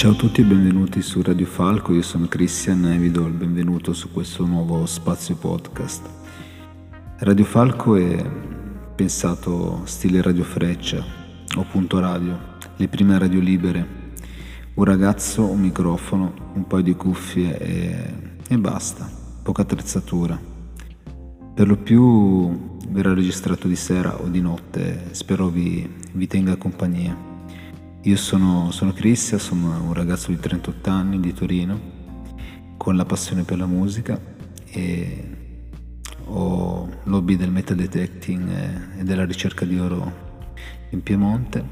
Ciao a tutti e benvenuti su Radio Falco, io sono Cristian e vi do il benvenuto su questo nuovo spazio podcast. Radio Falco è pensato stile Radio Freccia o Punto Radio, le prime radio libere, un ragazzo, un microfono, un paio di cuffie e basta, poca attrezzatura. Per lo più verrà registrato di sera o di notte, spero vi tenga compagnia. Io sono Cristian, sono un ragazzo di 38 anni di Torino con la passione per la musica e ho l'hobby del metal detecting e della ricerca di oro in Piemonte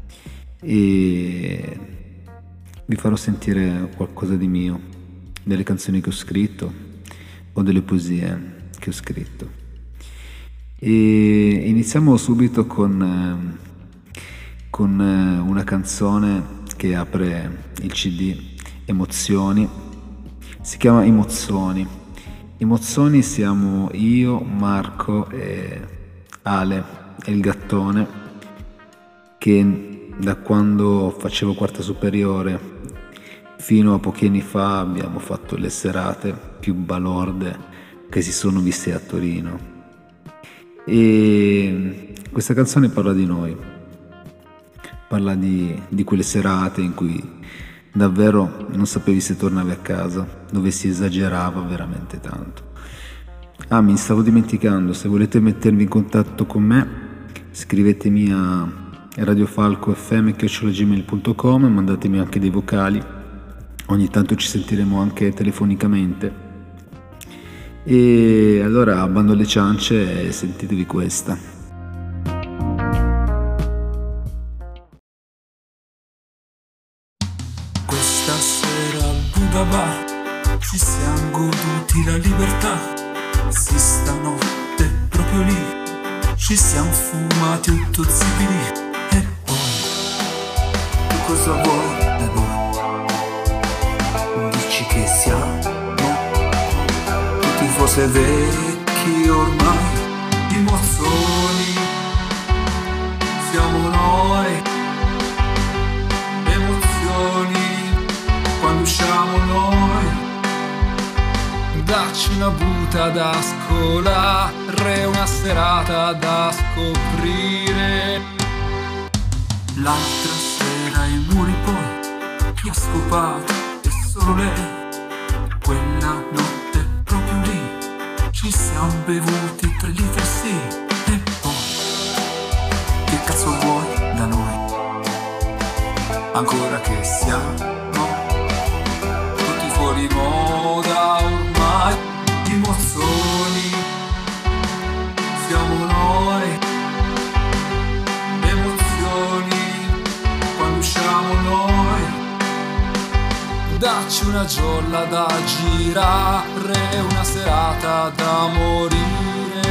e vi farò sentire qualcosa di mio, delle canzoni che ho scritto o delle poesie che ho scritto. E iniziamo subito con una canzone che apre il CD Emozioni, si chiama I Mozzoni, siamo io, Marco e Ale e il gattone, che da quando facevo quarta superiore fino a pochi anni fa abbiamo fatto le serate più balorde che si sono viste a Torino. E questa canzone parla di noi. Parla di quelle serate in cui davvero non sapevi se tornavi a casa, dove si esagerava veramente tanto. Mi stavo dimenticando, se volete mettervi in contatto con me, scrivetemi a radiofalcofm@gmail.com e mandatemi anche dei vocali, ogni tanto ci sentiremo anche telefonicamente. E allora abbando le ciance e sentitevi questa. Stasera al Buddha Bar ci siamo goduti la libertà, sì stanotte proprio lì ci siamo fumati 8 zibidi. E poi tu cosa vuoi da noi? Dici che siamo tutti forse vecchi ormai, i mozzoni siamo noi, quando usciamo noi. Dacci una buta da scolare, una serata da scoprire. L'altra sera i muri poi chi ha scopato è solo lei. Quella notte proprio lì ci siamo bevuti 3 litri sì. E poi che cazzo vuoi da noi? Ancora che siamo fuori moda ormai, i mozzoni siamo noi, emozioni quando usciamo noi. Dacci una giolla da girare, una serata da morire.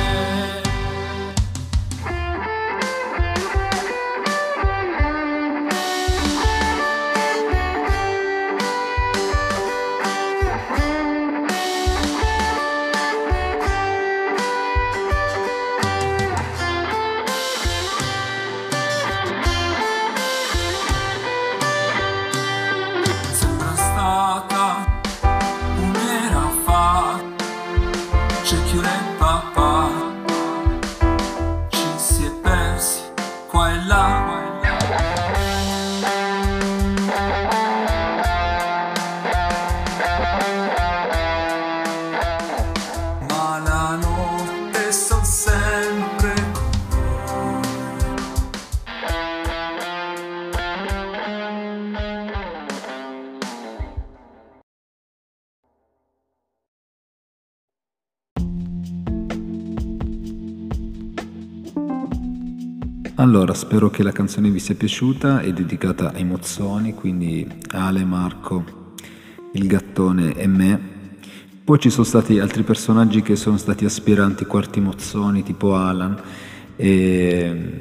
Allora, spero che la canzone vi sia piaciuta, è dedicata ai Mozzoni, quindi Ale, Marco, il gattone e me. Poi ci sono stati altri personaggi che sono stati aspiranti quarti Mozzoni, tipo Alan, e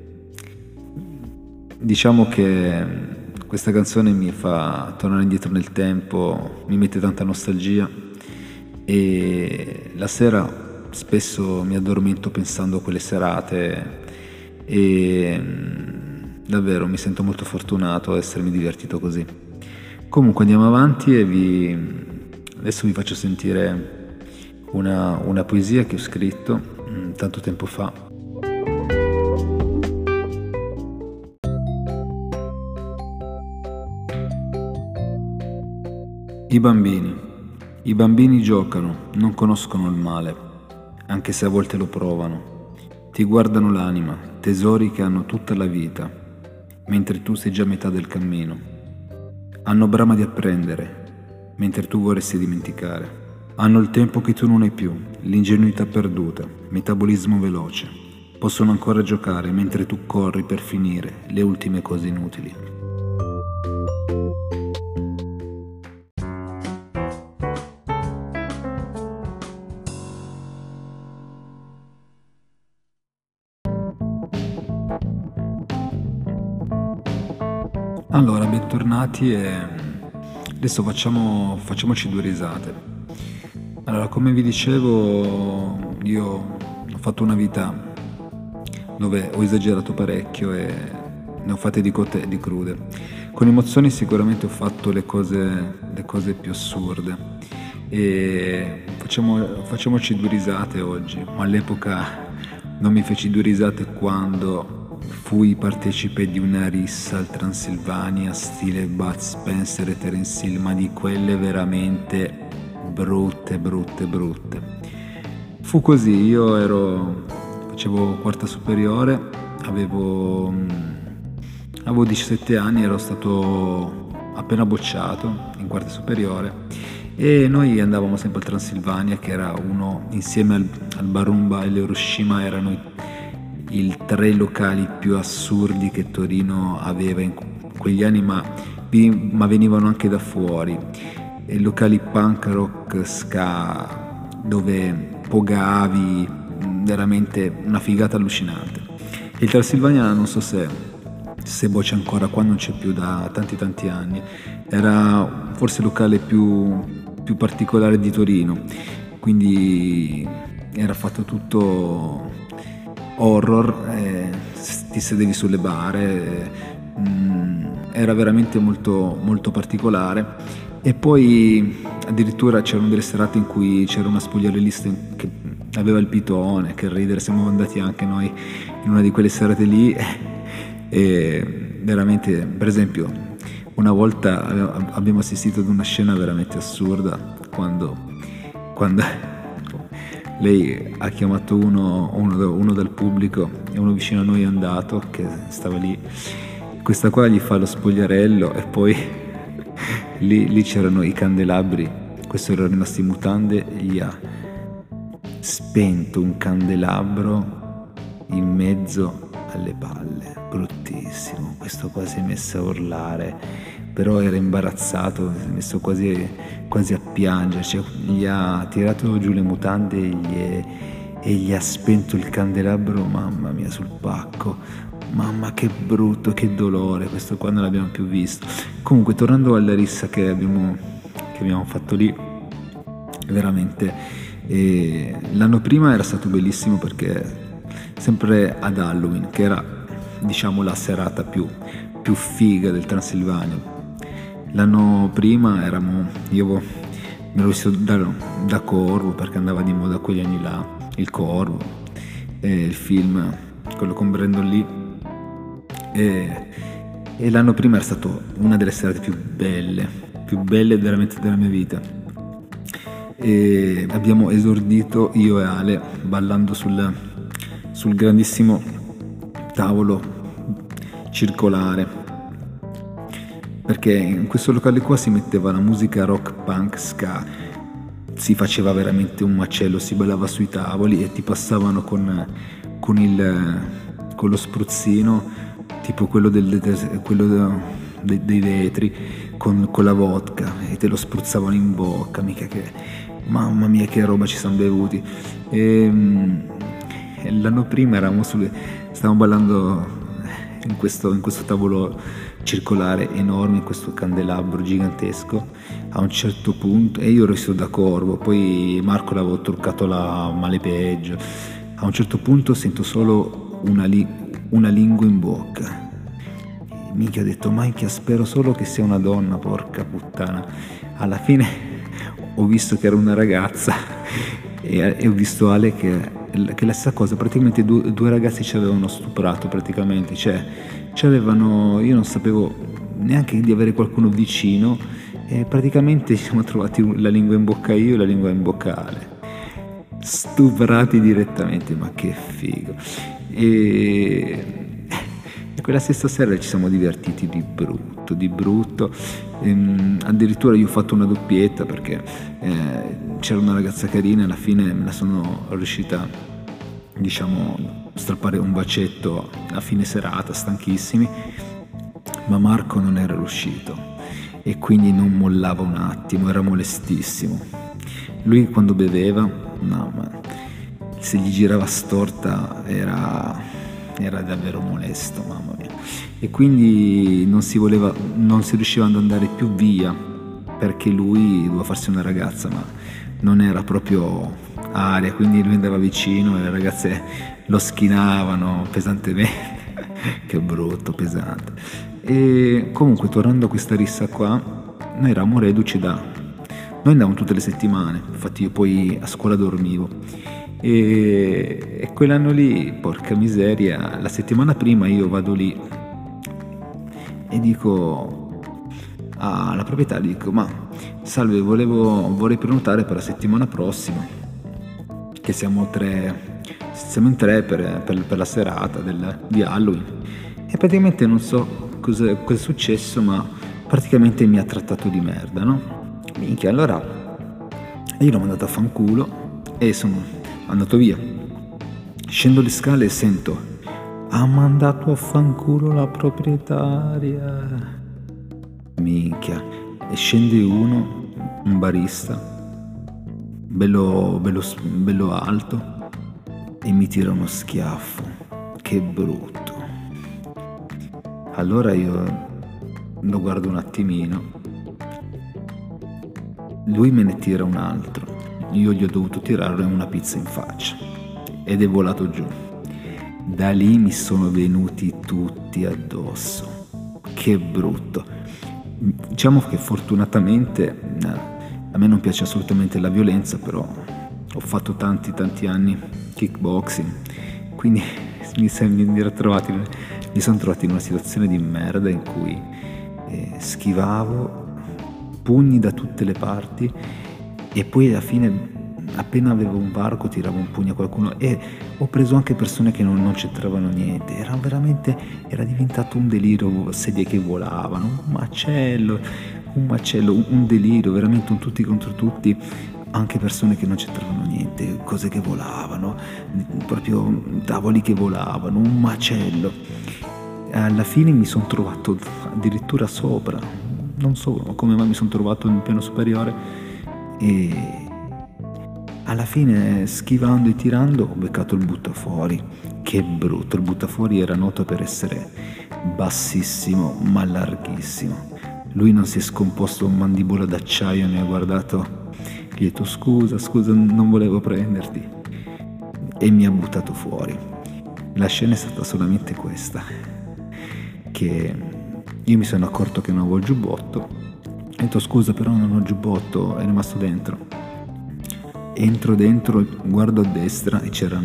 diciamo che questa canzone mi fa tornare indietro nel tempo, mi mette tanta nostalgia e la sera spesso mi addormento pensando a quelle serate e davvero mi sento molto fortunato ad essermi divertito così. Comunque andiamo avanti e adesso vi faccio sentire una poesia che ho scritto tanto tempo fa. I bambini giocano, non conoscono il male, anche se a volte lo provano. Ti guardano l'anima, tesori che hanno tutta la vita, mentre tu sei già a metà del cammino. Hanno brama di apprendere, mentre tu vorresti dimenticare. Hanno il tempo che tu non hai più, l'ingenuità perduta, metabolismo veloce. Possono ancora giocare mentre tu corri per finire le ultime cose inutili. Allora, bentornati e adesso facciamoci due risate. Allora, come vi dicevo, io ho fatto una vita dove ho esagerato parecchio e ne ho fatte di cotte e di crude. Con emozioni sicuramente ho fatto le cose più assurde e facciamoci due risate oggi, ma all'epoca non mi feci due risate quando fui partecipe di una rissa al Transilvania stile Bud Spencer e Terence Hill, ma di quelle veramente brutte. Fu così, facevo quarta superiore, avevo 17 anni, ero stato appena bocciato in quarta superiore e noi andavamo sempre al Transilvania, che era uno, insieme al Barumba e l'Hiroshima, erano i 3 locali più assurdi che Torino aveva in quegli anni, ma venivano anche da fuori, e locali punk, rock, ska, dove pogavi, veramente una figata allucinante. Il Transilvania non so se boccia ancora, qua non c'è più da tanti anni, era forse il locale più particolare di Torino, quindi era fatto tutto horror, ti sedevi sulle bare, era veramente molto particolare. E poi addirittura c'erano delle serate in cui c'era una spogliarellista che aveva il pitone, che ridere, siamo andati anche noi in una di quelle serate lì e veramente, per esempio, una volta abbiamo assistito ad una scena veramente assurda quando lei ha chiamato uno dal pubblico e uno vicino a noi è andato, che stava lì, questa qua gli fa lo spogliarello e poi lì c'erano i candelabri, questo era rimasto in mutande, gli ha spento un candelabro in mezzo alle palle, bruttissimo. Questo qua si è messo a urlare, però era imbarazzato, si è messo quasi a piangere, cioè, gli ha tirato giù le mutande e gli ha spento il candelabro, mamma mia, sul pacco. Mamma, che brutto, che dolore, questo qua non l'abbiamo più visto. Comunque, tornando alla rissa che abbiamo fatto lì, veramente l'anno prima era stato bellissimo, perché sempre ad Halloween, che era, diciamo, la serata più figa del Transilvania. L'anno prima io mi ero visto da Corvo, perché andava di moda quegli anni là, il Corvo, il film, quello con Brandon Lee, e l'anno prima era stato una delle serate più belle veramente della mia vita, e abbiamo esordito io e Ale ballando sul grandissimo tavolo circolare, perché in questo locale qua si metteva la musica rock, punk, ska, si faceva veramente un macello, si ballava sui tavoli e ti passavano con lo spruzzino, tipo quello dei vetri, con la vodka, e te lo spruzzavano in bocca, mamma mia che roba ci siamo bevuti. E l'anno prima stavamo ballando in questo tavolo circolare enorme, in questo candelabro gigantesco. A un certo punto, e io ero vestito da Corvo, poi Marco l'avevo truccato la male peggio, a un certo punto sento solo una lingua in bocca, minchia, ho detto, minchia, spero solo che sia una donna, porca puttana. Alla fine ho visto che era una ragazza e ho visto Ale che la stessa cosa, praticamente due ragazzi ci avevano stuprato praticamente, cioè io non sapevo neanche di avere qualcuno vicino e praticamente ci siamo trovati la lingua in bocca io e la lingua in bocca Ale, stuprati direttamente, ma che figo. E quella stessa sera ci siamo divertiti di brutto. Addirittura io ho fatto una doppietta perché c'era una ragazza carina e alla fine me la sono riuscita, diciamo, strappare un bacetto a fine serata, stanchissimi, ma Marco non era riuscito e quindi non mollava un attimo, era molestissimo. Lui quando beveva, no, ma se gli girava storta era davvero molesto, mamma mia. E quindi non si riusciva ad andare più via perché lui doveva farsi una ragazza, ma non era proprio aria, quindi lui andava vicino e le ragazze lo schinavano pesantemente. Che brutto, pesante. E comunque, tornando a questa rissa qua, noi eravamo reduci noi andavamo tutte le settimane, infatti io poi a scuola dormivo. E quell'anno lì, porca miseria, la settimana prima io vado lì e dico alla proprietaria, dico, ma salve, vorrei prenotare per la settimana prossima, che siamo in tre per la serata di Halloween. E praticamente non so cosa è successo, ma praticamente mi ha trattato di merda, no? Minchia, allora io l'ho mandato a fanculo e sono andato via. Scendo le scale e sento: ha mandato a fanculo la proprietaria. Minchia. E scende un barista bello alto e mi tira uno schiaffo. Che brutto. Allora io lo guardo un attimino, lui me ne tira un altro, io gli ho dovuto tirare una pizza in faccia ed è volato giù. Da lì mi sono venuti tutti addosso. Che brutto. Diciamo che fortunatamente a me non piace assolutamente la violenza, però ho fatto tanti anni kickboxing, quindi mi sono trovato in una situazione di merda in cui schivavo pugni da tutte le parti e poi alla fine, appena avevo un varco, tiravo un pugno a qualcuno e ho preso anche persone che non c'entravano niente. Era diventato un delirio, sedie che volavano, un macello, un delirio, veramente un tutti contro tutti, anche persone che non c'entravano niente, cose che volavano, proprio tavoli che volavano, un macello. Alla fine mi sono trovato addirittura sopra, non so come mai mi sono trovato in piano superiore, e alla fine, schivando e tirando, ho beccato il buttafuori. Che brutto. Il buttafuori era noto per essere bassissimo ma larghissimo. Lui non si è scomposto un mandibola d'acciaio, mi ha guardato, gli ho detto scusa, non volevo prenderti, e mi ha buttato fuori. La scena è stata solamente questa, che io mi sono accorto che non avevo il giubbotto, ho detto scusa però non ho il giubbotto, è rimasto dentro. Entro dentro, guardo a destra e c'era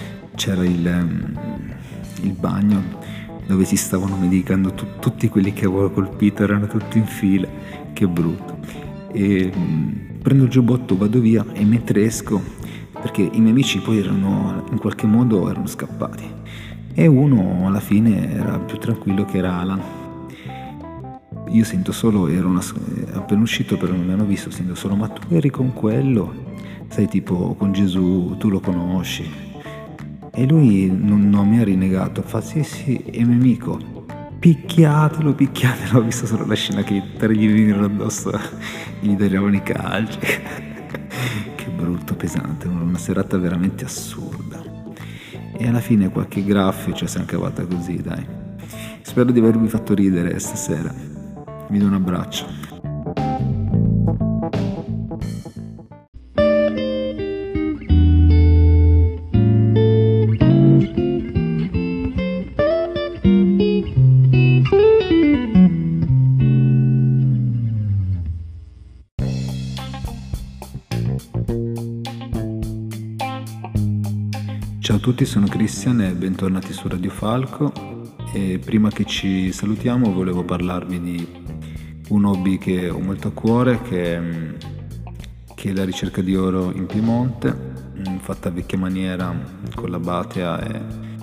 il bagno dove si stavano medicando tutti quelli che avevo colpito, erano tutti in fila. Che brutto. E prendo il giubbotto, vado via, e mentre esco, perché i miei amici poi in qualche modo erano scappati, e uno alla fine era più tranquillo, che era Alan. Io sento solo, ero appena uscito, però non mi hanno visto, sento solo: ma tu eri con quello? Sai, tipo con Gesù, tu lo conosci? E lui non mi ha rinnegato, fa sì, è mio amico, picchiatelo, ho visto solo la scena che i tre gli venivano addosso e gli davano i calci. Che brutto, pesante, una serata veramente assurda. E alla fine qualche graffio ci siamo cavata così, dai. Spero di avervi fatto ridere stasera. Vi do un abbraccio. tutti, sono Christian e bentornati su Radio Falco. E prima che ci salutiamo volevo parlarvi di un hobby che ho molto a cuore, che è la ricerca di oro in Piemonte, fatta a vecchia maniera con la batea e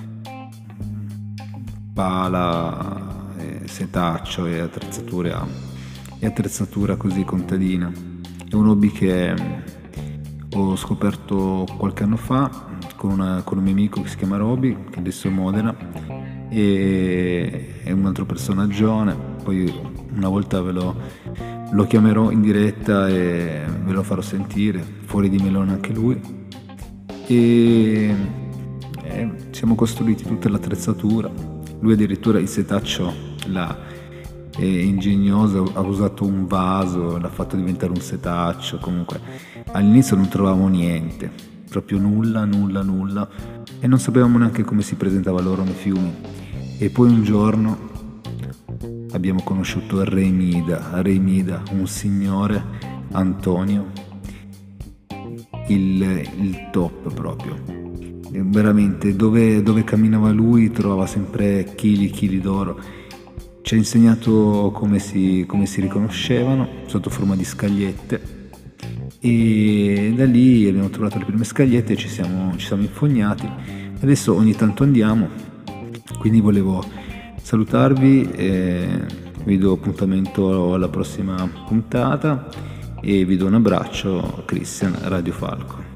pala, e setaccio e attrezzatura così contadina. È un hobby che ho scoperto qualche anno fa con un mio amico che si chiama Roby, che adesso è a Modena, e un altro personaggione. Poi una volta lo chiamerò in diretta e ve lo farò sentire, fuori di melone anche lui. E siamo costruiti tutta l'attrezzatura. Lui addirittura il setaccio è ingegnoso, ha usato un vaso, l'ha fatto diventare un setaccio. Comunque all'inizio non trovavamo niente, proprio nulla, e non sapevamo neanche come si presentava l'oro nei fiumi. E poi un giorno abbiamo conosciuto Re Mida, un signore, Antonio, il top proprio. Veramente, dove camminava lui trovava sempre chili d'oro. Ci ha insegnato come si riconoscevano sotto forma di scagliette, e da lì abbiamo trovato le prime scagliette e ci siamo infognati. Adesso ogni tanto andiamo, quindi volevo salutarvi e vi do appuntamento alla prossima puntata e vi do un abbraccio. Christian, Radio Falco.